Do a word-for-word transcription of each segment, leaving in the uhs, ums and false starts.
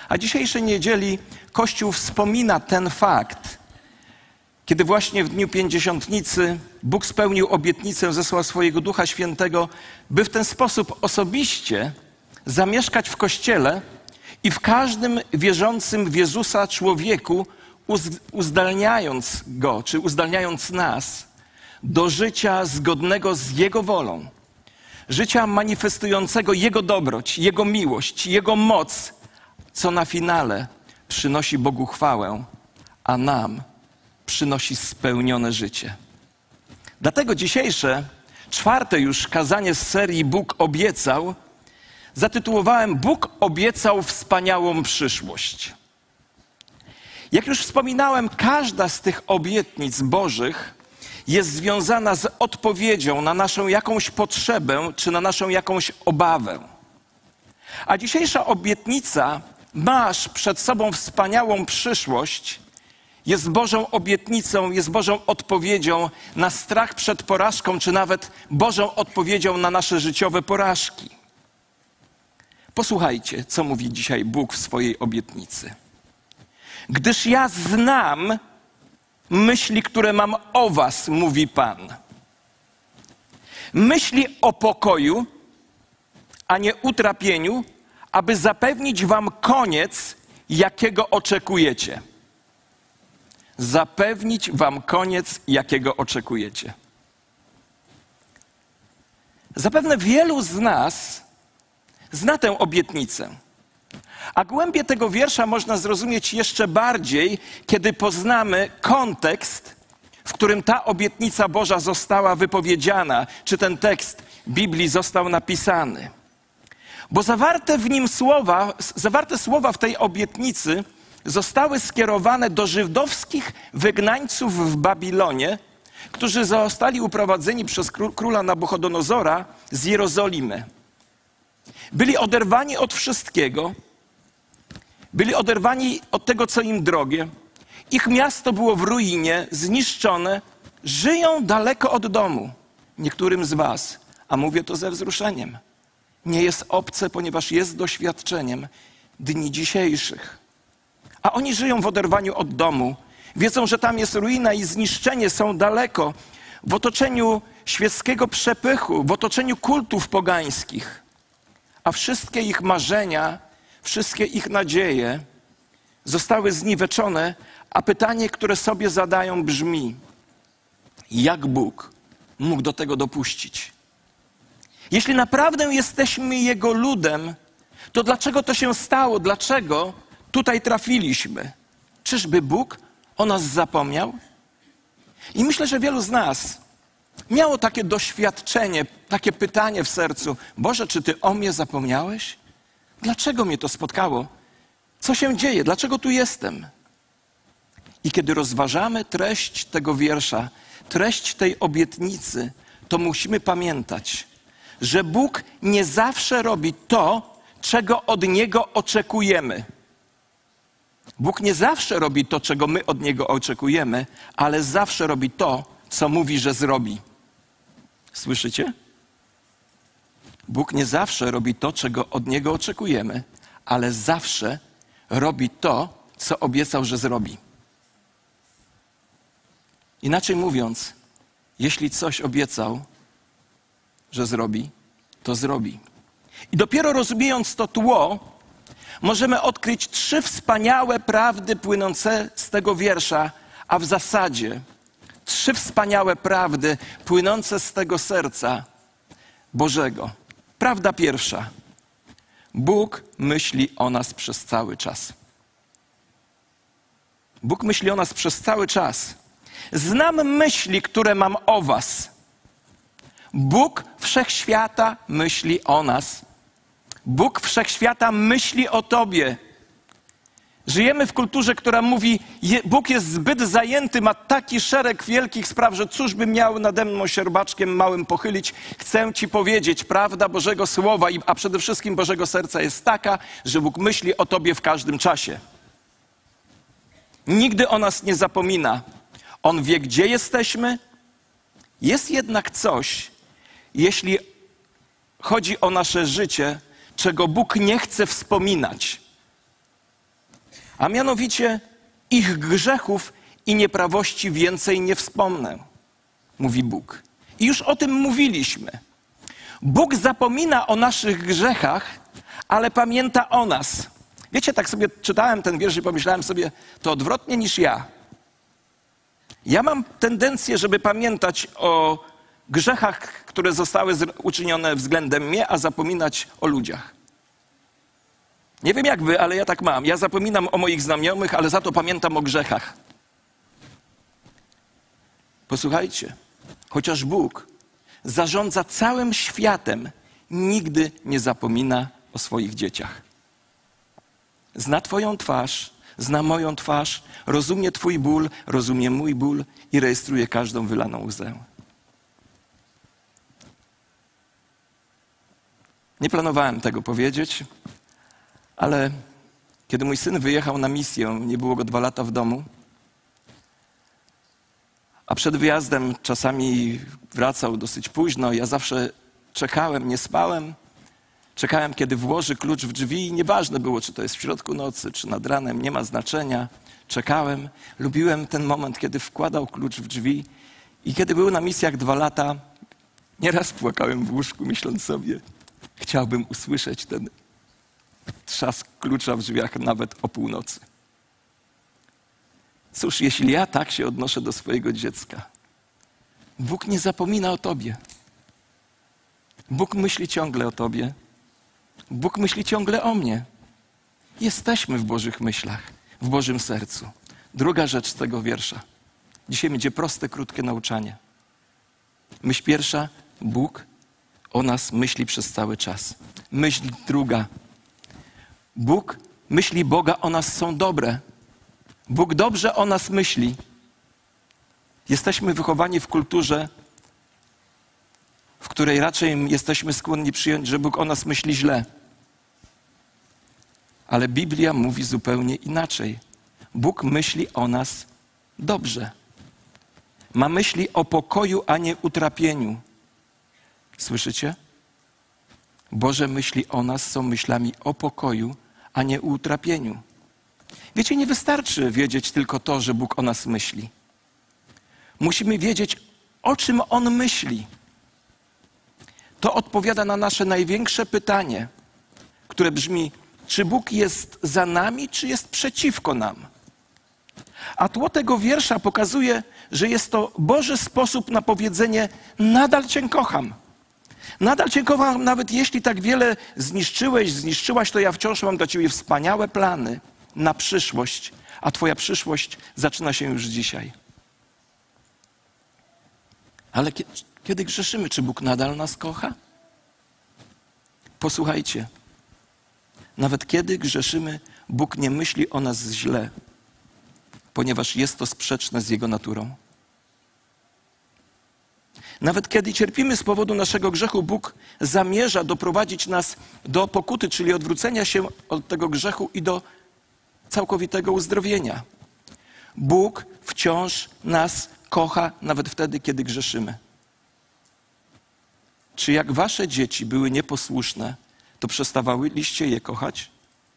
A dzisiejszej niedzieli Kościół wspomina ten fakt, kiedy właśnie w dniu Pięćdziesiątnicy Bóg spełnił obietnicę, zesłał swojego Ducha Świętego, by w ten sposób osobiście zamieszkać w Kościele i w każdym wierzącym w Jezusa człowieku, uzdalniając go, czy uzdalniając nas do życia zgodnego z Jego wolą. Życia manifestującego Jego dobroć, Jego miłość, Jego moc, co na finale przynosi Bogu chwałę, a nam przynosi spełnione życie. Dlatego dzisiejsze, czwarte już kazanie z serii Bóg obiecał, zatytułowałem Bóg obiecał wspaniałą przyszłość. Jak już wspominałem, każda z tych obietnic Bożych jest związana z odpowiedzią na naszą jakąś potrzebę, czy na naszą jakąś obawę. A dzisiejsza obietnica, masz przed sobą wspaniałą przyszłość, jest Bożą obietnicą, jest Bożą odpowiedzią na strach przed porażką, czy nawet Bożą odpowiedzią na nasze życiowe porażki. Posłuchajcie, co mówi dzisiaj Bóg w swojej obietnicy. Gdyż ja znam myśli, które mam o was, mówi Pan. Myśli o pokoju, a nie utrapieniu, aby zapewnić wam koniec, jakiego oczekujecie. Zapewnić wam koniec, jakiego oczekujecie. Zapewne wielu z nas zna tę obietnicę. A głębię tego wiersza można zrozumieć jeszcze bardziej, kiedy poznamy kontekst, w którym ta obietnica Boża została wypowiedziana, czy ten tekst Biblii został napisany. Bo zawarte w nim słowa, zawarte słowa w tej obietnicy zostały skierowane do żydowskich wygnańców w Babilonie, którzy zostali uprowadzeni przez króla Nabuchodonozora z Jerozolimy. Byli oderwani od wszystkiego, byli oderwani od tego, co im drogie. Ich miasto było w ruinie, zniszczone. Żyją daleko od domu. Niektórym z was, a mówię to ze wzruszeniem, nie jest obce, ponieważ jest doświadczeniem dni dzisiejszych. A oni żyją w oderwaniu od domu. Wiedzą, że tam jest ruina i zniszczenie, są daleko, w otoczeniu świeckiego przepychu, w otoczeniu kultów pogańskich. A wszystkie ich marzenia, wszystkie ich nadzieje zostały zniweczone, a pytanie, które sobie zadają, brzmi: jak Bóg mógł do tego dopuścić? Jeśli naprawdę jesteśmy Jego ludem, to dlaczego to się stało? Dlaczego tutaj trafiliśmy? Czyżby Bóg o nas zapomniał? I myślę, że wielu z nas miało takie doświadczenie, takie pytanie w sercu: Boże, czy Ty o mnie zapomniałeś? Dlaczego mnie to spotkało? Co się dzieje? Dlaczego tu jestem? I kiedy rozważamy treść tego wiersza, treść tej obietnicy, to musimy pamiętać, że Bóg nie zawsze robi to, czego od Niego oczekujemy. Bóg nie zawsze robi to, czego my od Niego oczekujemy, ale zawsze robi to, co mówi, że zrobi. Słyszycie? Bóg nie zawsze robi to, czego od Niego oczekujemy, ale zawsze robi to, co obiecał, że zrobi. Inaczej mówiąc, jeśli coś obiecał, że zrobi, to zrobi. I dopiero rozumiejąc to tło, możemy odkryć trzy wspaniałe prawdy płynące z tego wiersza, a w zasadzie trzy wspaniałe prawdy płynące z tego serca Bożego. Prawda pierwsza. Bóg myśli o nas przez cały czas. Bóg myśli o nas przez cały czas. Znam myśli, które mam o was. Bóg wszechświata myśli o nas. Bóg wszechświata myśli o tobie. Żyjemy w kulturze, która mówi: Bóg jest zbyt zajęty, ma taki szereg wielkich spraw, że cóż by miał nade mną sierbaczkiem małym pochylić. Chcę ci powiedzieć, prawda Bożego Słowa, a przede wszystkim Bożego Serca jest taka, że Bóg myśli o tobie w każdym czasie. Nigdy o nas nie zapomina. On wie, gdzie jesteśmy. Jest jednak coś, jeśli chodzi o nasze życie, czego Bóg nie chce wspominać. A mianowicie ich grzechów i nieprawości więcej nie wspomnę, mówi Bóg. I już o tym mówiliśmy. Bóg zapomina o naszych grzechach, ale pamięta o nas. Wiecie, tak sobie czytałem ten wiersz i pomyślałem sobie, to odwrotnie niż ja. Ja mam tendencję, żeby pamiętać o grzechach, które zostały uczynione względem mnie, a zapominać o ludziach. Nie wiem jak wy, ale ja tak mam. Ja zapominam o moich znajomych, ale za to pamiętam o grzechach. Posłuchajcie, chociaż Bóg zarządza całym światem, nigdy nie zapomina o swoich dzieciach. Zna twoją twarz, zna moją twarz, rozumie twój ból, rozumie mój ból i rejestruje każdą wylaną łzę. Nie planowałem tego powiedzieć, ale kiedy mój syn wyjechał na misję, nie było go dwa lata w domu, a przed wyjazdem czasami wracał dosyć późno, ja zawsze czekałem, nie spałem, czekałem, kiedy włoży klucz w drzwi i nieważne było, czy to jest w środku nocy, czy nad ranem, nie ma znaczenia. Czekałem, lubiłem ten moment, kiedy wkładał klucz w drzwi i kiedy był na misjach dwa lata, nieraz płakałem w łóżku, myśląc sobie, chciałbym usłyszeć ten trzask klucza w drzwiach nawet o północy. Cóż, jeśli ja tak się odnoszę do swojego dziecka, Bóg nie zapomina o tobie. Bóg myśli ciągle o tobie. Bóg myśli ciągle o mnie. Jesteśmy w Bożych myślach, w Bożym sercu. Druga rzecz z tego wiersza. Dzisiaj będzie proste, krótkie nauczanie. Myśl pierwsza, Bóg o nas myśli przez cały czas. Myśl druga, Bóg, myśli Boga o nas są dobre. Bóg dobrze o nas myśli. Jesteśmy wychowani w kulturze, w której raczej jesteśmy skłonni przyjąć, że Bóg o nas myśli źle. Ale Biblia mówi zupełnie inaczej. Bóg myśli o nas dobrze. Ma myśli o pokoju, a nie utrapieniu. Słyszycie? Boże myśli o nas są myślami o pokoju, a nie o utrapieniu. Wiecie, nie wystarczy wiedzieć tylko to, że Bóg o nas myśli. Musimy wiedzieć, o czym On myśli. To odpowiada na nasze największe pytanie, które brzmi, czy Bóg jest za nami, czy jest przeciwko nam? A tło tego wiersza pokazuje, że jest to Boży sposób na powiedzenie, nadal Cię kocham. Nadal Cię kocham, nawet jeśli tak wiele zniszczyłeś, zniszczyłaś, to ja wciąż mam dla Ciebie wspaniałe plany na przyszłość, a Twoja przyszłość zaczyna się już dzisiaj. Ale kiedy grzeszymy, czy Bóg nadal nas kocha? Posłuchajcie, nawet kiedy grzeszymy, Bóg nie myśli o nas źle, ponieważ jest to sprzeczne z Jego naturą. Nawet kiedy cierpimy z powodu naszego grzechu, Bóg zamierza doprowadzić nas do pokuty, czyli odwrócenia się od tego grzechu i do całkowitego uzdrowienia. Bóg wciąż nas kocha, nawet wtedy, kiedy grzeszymy. Czy jak wasze dzieci były nieposłuszne, to przestawałyście je kochać?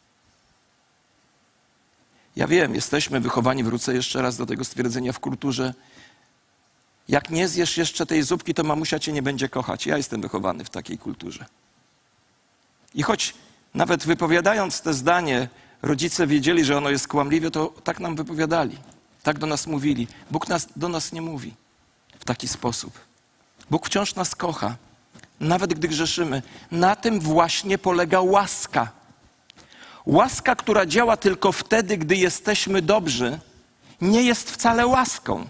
Ja wiem, jesteśmy wychowani, wrócę jeszcze raz do tego stwierdzenia w kulturze, jak nie zjesz jeszcze tej zupki, to mamusia cię nie będzie kochać. Ja jestem wychowany w takiej kulturze. I choć nawet wypowiadając te zdanie, rodzice wiedzieli, że ono jest kłamliwe, to tak nam wypowiadali. Tak do nas mówili. Bóg nas, do nas nie mówi w taki sposób. Bóg wciąż nas kocha, nawet gdy grzeszymy. Na tym właśnie polega łaska. Łaska, która działa tylko wtedy, gdy jesteśmy dobrzy, nie jest wcale łaską.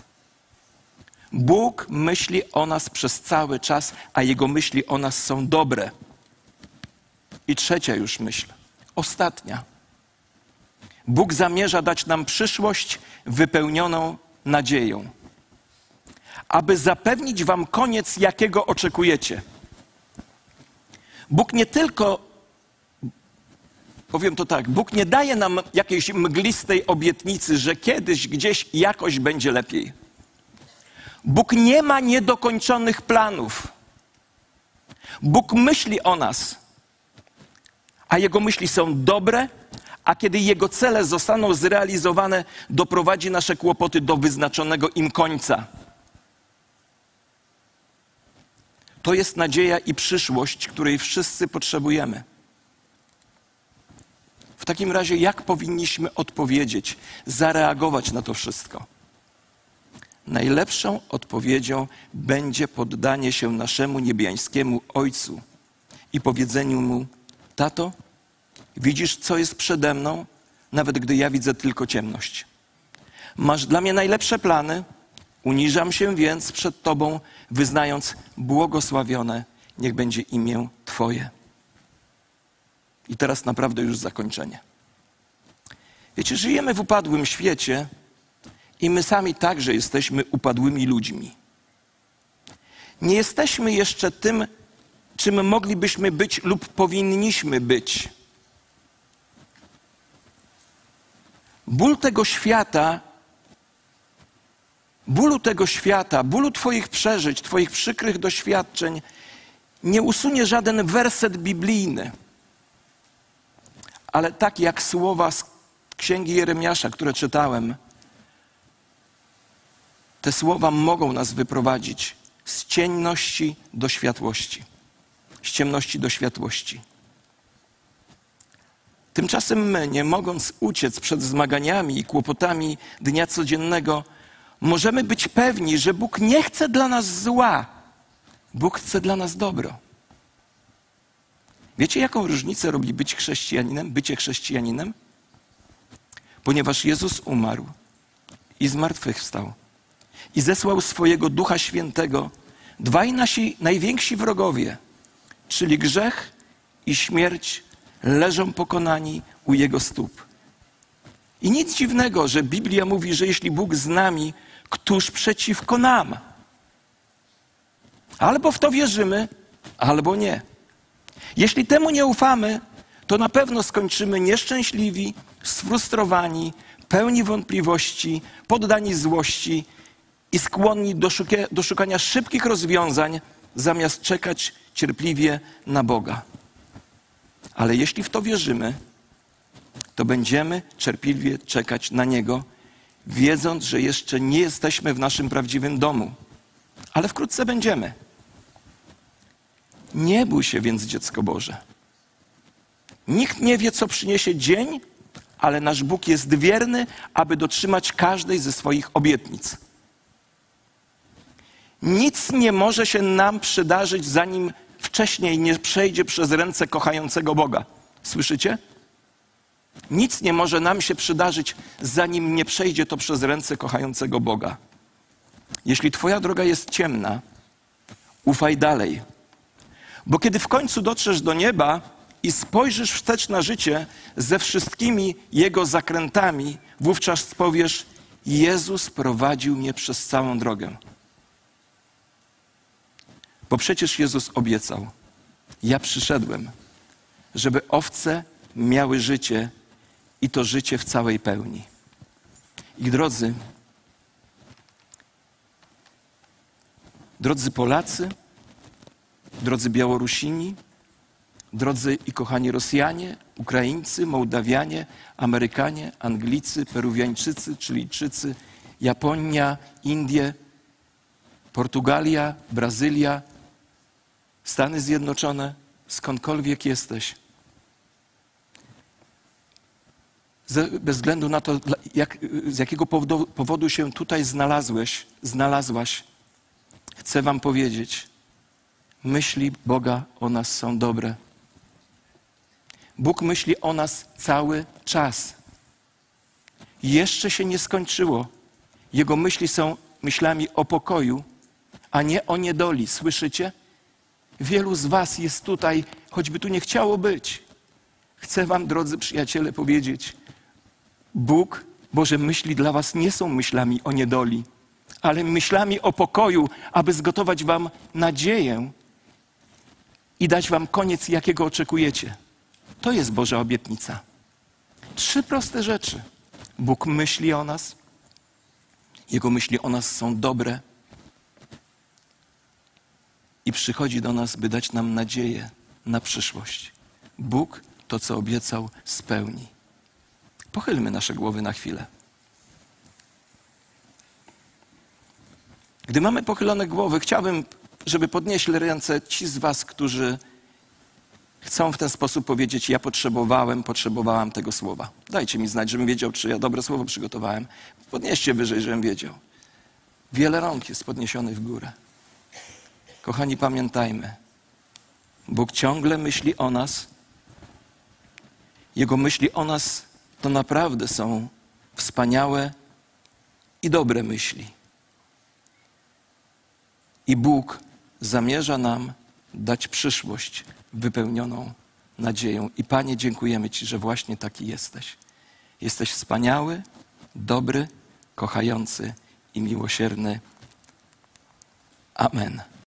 Bóg myśli o nas przez cały czas, a Jego myśli o nas są dobre. I trzecia już myśl, ostatnia. Bóg zamierza dać nam przyszłość wypełnioną nadzieją, aby zapewnić wam koniec, jakiego oczekujecie. Bóg nie tylko, powiem to tak, Bóg nie daje nam jakiejś mglistej obietnicy, że kiedyś, gdzieś, jakoś będzie lepiej. Bóg nie ma niedokończonych planów. Bóg myśli o nas, a Jego myśli są dobre, a kiedy Jego cele zostaną zrealizowane, doprowadzi nasze kłopoty do wyznaczonego im końca. To jest nadzieja i przyszłość, której wszyscy potrzebujemy. W takim razie, jak powinniśmy odpowiedzieć, zareagować na to wszystko? Najlepszą odpowiedzią będzie poddanie się naszemu niebiańskiemu Ojcu i powiedzeniu Mu: tato, widzisz, co jest przede mną, nawet gdy ja widzę tylko ciemność. Masz dla mnie najlepsze plany, uniżam się więc przed Tobą, wyznając: błogosławione niech będzie imię Twoje. I teraz naprawdę już zakończenie. Wiecie, żyjemy w upadłym świecie i my sami także jesteśmy upadłymi ludźmi. Nie jesteśmy jeszcze tym, czym moglibyśmy być lub powinniśmy być. Ból tego świata, bólu tego świata, bólu Twoich przeżyć, Twoich przykrych doświadczeń nie usunie żaden werset biblijny. Ale tak jak słowa z Księgi Jeremiasza, które czytałem, te słowa mogą nas wyprowadzić z ciemności do światłości. Z ciemności do światłości. Tymczasem my, nie mogąc uciec przed zmaganiami i kłopotami dnia codziennego, możemy być pewni, że Bóg nie chce dla nas zła. Bóg chce dla nas dobro. Wiecie, jaką różnicę robi być chrześcijaninem, bycie chrześcijaninem? Ponieważ Jezus umarł i zmartwychwstał i zesłał swojego Ducha Świętego, dwaj nasi najwięksi wrogowie, czyli grzech i śmierć, leżą pokonani u Jego stóp. I nic dziwnego, że Biblia mówi, że jeśli Bóg z nami, któż przeciwko nam? Albo w to wierzymy, albo nie. Jeśli temu nie ufamy, to na pewno skończymy nieszczęśliwi, sfrustrowani, pełni wątpliwości, poddani złości i skłonni do, szukia- do szukania szybkich rozwiązań, zamiast czekać cierpliwie na Boga. Ale jeśli w to wierzymy, to będziemy cierpliwie czekać na Niego, wiedząc, że jeszcze nie jesteśmy w naszym prawdziwym domu, ale wkrótce będziemy. Nie bój się więc, dziecko Boże. Nikt nie wie, co przyniesie dzień, ale nasz Bóg jest wierny, aby dotrzymać każdej ze swoich obietnic. Nic nie może się nam przydarzyć, zanim wcześniej nie przejdzie przez ręce kochającego Boga. Słyszycie? Nic nie może nam się przydarzyć, zanim nie przejdzie to przez ręce kochającego Boga. Jeśli Twoja droga jest ciemna, ufaj dalej. Bo kiedy w końcu dotrzesz do nieba i spojrzysz wstecz na życie ze wszystkimi jego zakrętami, wówczas powiesz: Jezus prowadził mnie przez całą drogę. Bo przecież Jezus obiecał: ja przyszedłem, żeby owce miały życie i to życie w całej pełni. I drodzy, drodzy Polacy, drodzy Białorusini, drodzy i kochani Rosjanie, Ukraińcy, Mołdawianie, Amerykanie, Anglicy, Peruwiańczycy, Chilijczycy, Japonia, Indie, Portugalia, Brazylia, Stany Zjednoczone, skądkolwiek jesteś. Bez względu na to, jak, z jakiego powodu, powodu się tutaj znalazłeś, znalazłaś, chcę wam powiedzieć, myśli Boga o nas są dobre. Bóg myśli o nas cały czas. Jeszcze się nie skończyło. Jego myśli są myślami o pokoju, a nie o niedoli. Słyszycie? Wielu z was jest tutaj, choćby tu nie chciało być. Chcę wam, drodzy przyjaciele, powiedzieć, Bóg, Boże myśli dla was nie są myślami o niedoli, ale myślami o pokoju, aby zgotować wam nadzieję i dać wam koniec, jakiego oczekujecie. To jest Boża obietnica. Trzy proste rzeczy. Bóg myśli o nas, Jego myśli o nas są dobre i przychodzi do nas, by dać nam nadzieję na przyszłość. Bóg to, co obiecał, spełni. Pochylmy nasze głowy na chwilę. Gdy mamy pochylone głowy, chciałbym, żeby podnieśli ręce ci z was, którzy chcą w ten sposób powiedzieć: ja potrzebowałem, potrzebowałam tego słowa. Dajcie mi znać, żebym wiedział, czy ja dobre słowo przygotowałem. Podnieście wyżej, żebym wiedział. Wiele rąk jest podniesionych w górę. Kochani, pamiętajmy, Bóg ciągle myśli o nas. Jego myśli o nas to naprawdę są wspaniałe i dobre myśli. I Bóg zamierza nam dać przyszłość wypełnioną nadzieją. I Panie, dziękujemy Ci, że właśnie taki jesteś. Jesteś wspaniały, dobry, kochający i miłosierny. Amen.